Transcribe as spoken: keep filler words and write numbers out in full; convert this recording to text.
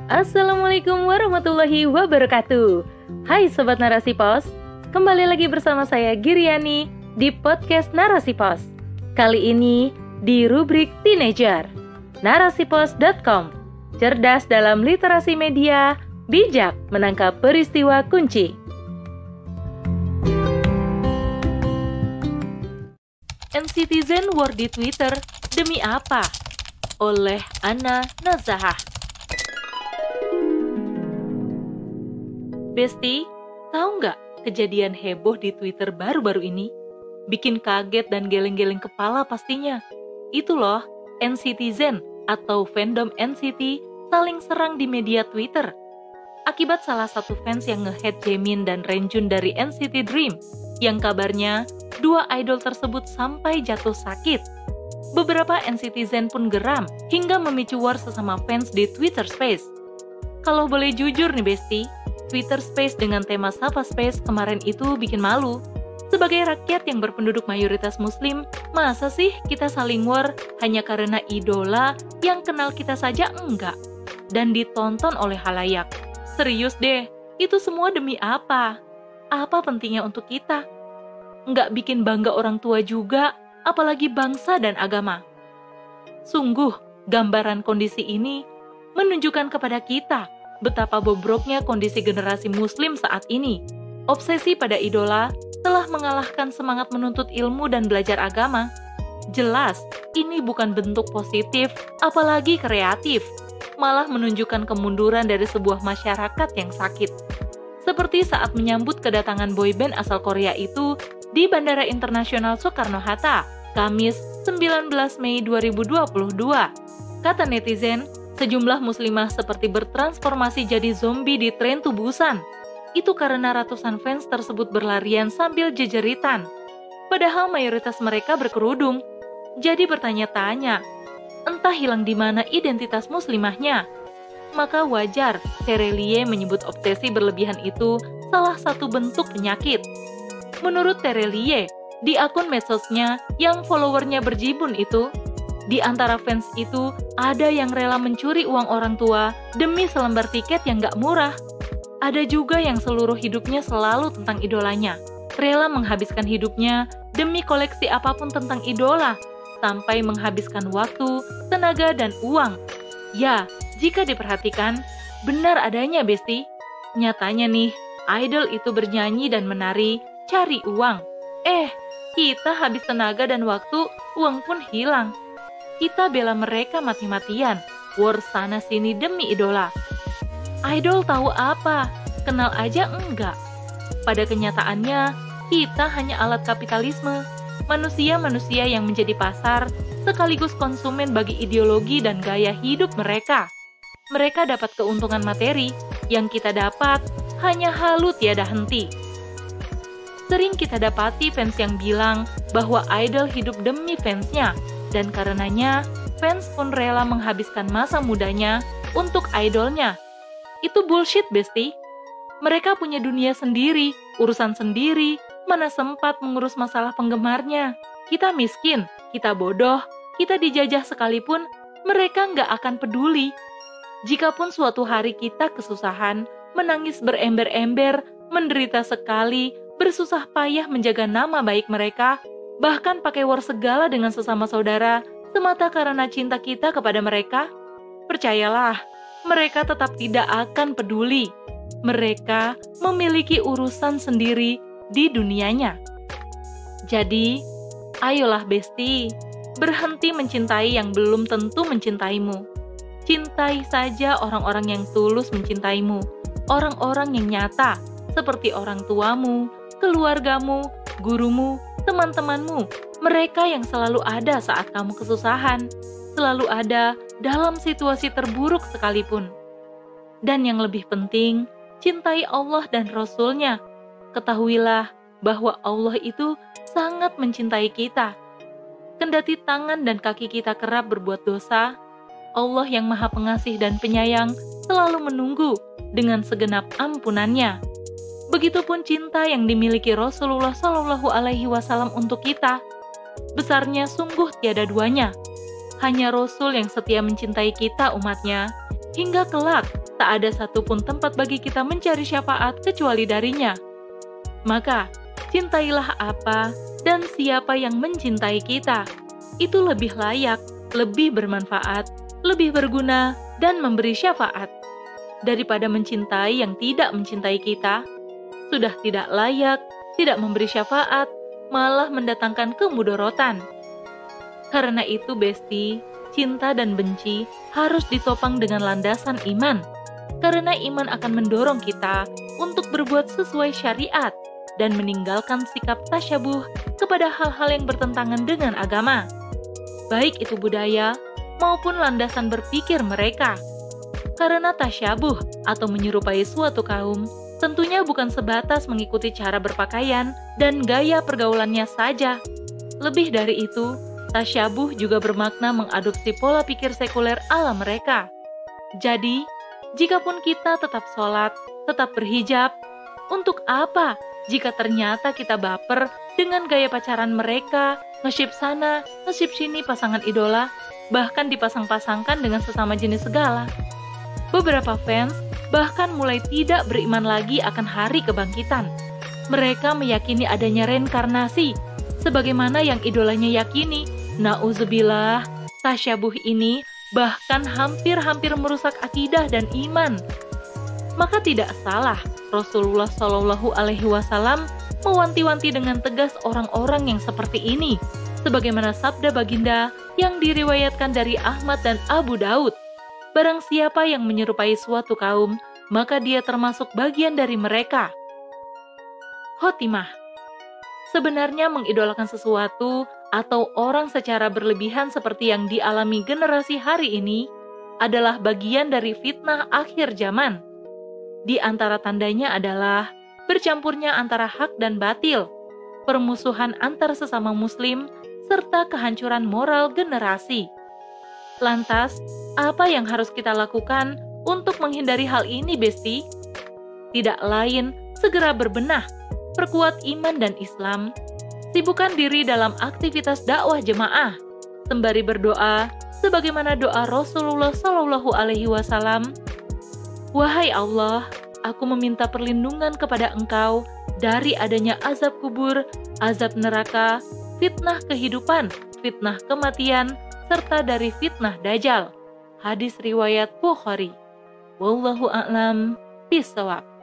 Assalamualaikum warahmatullahi wabarakatuh. Hai Sobat Narasi Pos, kembali lagi bersama saya Giriani di podcast Narasi Pos. Kali ini di rubrik Teenager, narasipos dot com. Cerdas dalam literasi media, bijak menangkap peristiwa kunci. N-Citizen war di Twitter, demi apa? Oleh Anna Nazahah. Besti, tahu nggak kejadian heboh di Twitter baru-baru ini? Bikin kaget dan geleng-geleng kepala pastinya. Itu loh, N-Citizen atau fandom N C T saling serang di media Twitter. Akibat salah satu fans yang nge-hate Jaemin dan Renjun dari N C T Dream, yang kabarnya dua idol tersebut sampai jatuh sakit. Beberapa N-Citizen pun geram hingga memicu war sesama fans di Twitter Space. Kalau boleh jujur nih Besti, Twitter Space dengan tema Sapa Space kemarin itu bikin malu. Sebagai rakyat yang berpenduduk mayoritas muslim, masa sih kita saling war hanya karena idola yang kenal kita saja enggak? Dan ditonton oleh halayak. Serius deh, itu semua demi apa? Apa pentingnya untuk kita? Enggak bikin bangga orang tua juga, apalagi bangsa dan agama. Sungguh, gambaran kondisi ini menunjukkan kepada kita betapa bobroknya kondisi generasi muslim saat ini. Obsesi pada idola telah mengalahkan semangat menuntut ilmu dan belajar agama. Jelas, ini bukan bentuk positif, apalagi kreatif, malah menunjukkan kemunduran dari sebuah masyarakat yang sakit. Seperti saat menyambut kedatangan boyband asal Korea itu di Bandara Internasional Soekarno-Hatta, Kamis sembilan belas Mei dua ribu dua puluh dua. Kata netizen, sejumlah muslimah seperti bertransformasi jadi zombie di tren tubusan. Itu karena ratusan fans tersebut berlarian sambil jejeritan. Padahal mayoritas mereka berkerudung. Jadi bertanya-tanya, entah hilang di mana identitas muslimahnya. Maka wajar Terelie menyebut obsesi berlebihan itu salah satu bentuk penyakit. Menurut Terelie, di akun medsosnya yang followernya berjibun itu, di antara fans itu ada yang rela mencuri uang orang tua demi selembar tiket yang gak murah. Ada juga yang seluruh hidupnya selalu tentang idolanya, rela menghabiskan hidupnya demi koleksi apapun tentang idola, sampai menghabiskan waktu, tenaga, dan uang. Ya, jika diperhatikan, benar adanya Besti. Nyatanya nih, idol itu bernyanyi dan menari, cari uang. Eh, kita habis tenaga dan waktu, uang pun hilang. Kita bela mereka mati-matian, war sana sini demi idola. Idol tahu apa? Kenal aja enggak? Pada kenyataannya, kita hanya alat kapitalisme, manusia-manusia yang menjadi pasar sekaligus konsumen bagi ideologi dan gaya hidup mereka. Mereka dapat keuntungan materi, yang kita dapat hanya halu tiada henti. Sering kita dapati fans yang bilang bahwa idol hidup demi fansnya, dan karenanya fans pun rela menghabiskan masa mudanya untuk idolnya. Itu bullshit, Besti. Mereka punya dunia sendiri, urusan sendiri, mana sempat mengurus masalah penggemarnya. Kita miskin, kita bodoh, kita dijajah sekalipun, mereka nggak akan peduli. Jikapun suatu hari kita kesusahan, menangis berember-ember, menderita sekali, bersusah payah menjaga nama baik mereka, bahkan pakai war segala dengan sesama saudara, semata karena cinta kita kepada mereka, percayalah, mereka tetap tidak akan peduli. Mereka memiliki urusan sendiri di dunianya. Jadi, ayolah Besti, berhenti mencintai yang belum tentu mencintaimu. Cintai saja orang-orang yang tulus mencintaimu, orang-orang yang nyata, seperti orang tuamu, keluargamu, gurumu, teman-temanmu, mereka yang selalu ada saat kamu kesusahan, selalu ada dalam situasi terburuk sekalipun. Dan yang lebih penting, cintai Allah dan Rasul-Nya. Ketahuilah bahwa Allah itu sangat mencintai kita. Kendati tangan dan kaki kita kerap berbuat dosa, Allah yang Maha Pengasih dan Penyayang selalu menunggu dengan segenap ampunannya. Begitupun cinta yang dimiliki Rasulullah Shallallahu Alaihi Wasallam untuk kita. Besarnya sungguh tiada duanya. Hanya Rasul yang setia mencintai kita umatnya, hingga kelak tak ada satupun tempat bagi kita mencari syafaat kecuali darinya. Maka, cintailah apa dan siapa yang mencintai kita. Itu lebih layak, lebih bermanfaat, lebih berguna, dan memberi syafaat. Daripada mencintai yang tidak mencintai kita, sudah tidak layak, tidak memberi syafaat, malah mendatangkan kemudorotan. Karena itu, Besti, cinta dan benci harus ditopang dengan landasan iman. Karena iman akan mendorong kita untuk berbuat sesuai syariat dan meninggalkan sikap tasyabuh kepada hal-hal yang bertentangan dengan agama, baik itu budaya maupun landasan berpikir mereka. Karena tasyabuh atau menyerupai suatu kaum tentunya bukan sebatas mengikuti cara berpakaian dan gaya pergaulannya saja. Lebih dari itu, tasyabuh juga bermakna mengadopsi pola pikir sekuler ala mereka. Jadi, jikapun kita tetap sholat, tetap berhijab, untuk apa jika ternyata kita baper dengan gaya pacaran mereka, nge-ship sana, nge-ship sini pasangan idola, bahkan dipasang-pasangkan dengan sesama jenis segala. Beberapa fans bahkan mulai tidak beriman lagi akan hari kebangkitan. Mereka meyakini adanya reinkarnasi, sebagaimana yang idolanya yakini. Nauzubillah, tasyabuh ini bahkan hampir-hampir merusak akidah dan iman. Maka tidak salah Rasulullah Shallallahu Alaihi Wasallam mewanti-wanti dengan tegas orang-orang yang seperti ini, sebagaimana sabda baginda yang diriwayatkan dari Ahmad dan Abu Daud. Barang siapa yang menyerupai suatu kaum, maka dia termasuk bagian dari mereka. Khotimah. Sebenarnya mengidolakan sesuatu atau orang secara berlebihan seperti yang dialami generasi hari ini adalah bagian dari fitnah akhir zaman. Di antara tandanya adalah bercampurnya antara hak dan batil, permusuhan antar sesama muslim, serta kehancuran moral generasi. Lantas, apa yang harus kita lakukan untuk menghindari hal ini, Besti? Tidak lain, segera berbenah, perkuat iman dan Islam, sibukkan diri dalam aktivitas dakwah jemaah, sembari berdoa, sebagaimana doa Rasulullah Shallallahu Alaihi Wasallam. Wahai Allah, aku meminta perlindungan kepada Engkau dari adanya azab kubur, azab neraka, fitnah kehidupan, fitnah kematian, serta dari fitnah Dajjal. Hadis riwayat Bukhari. Wallahu a'lam bishawab.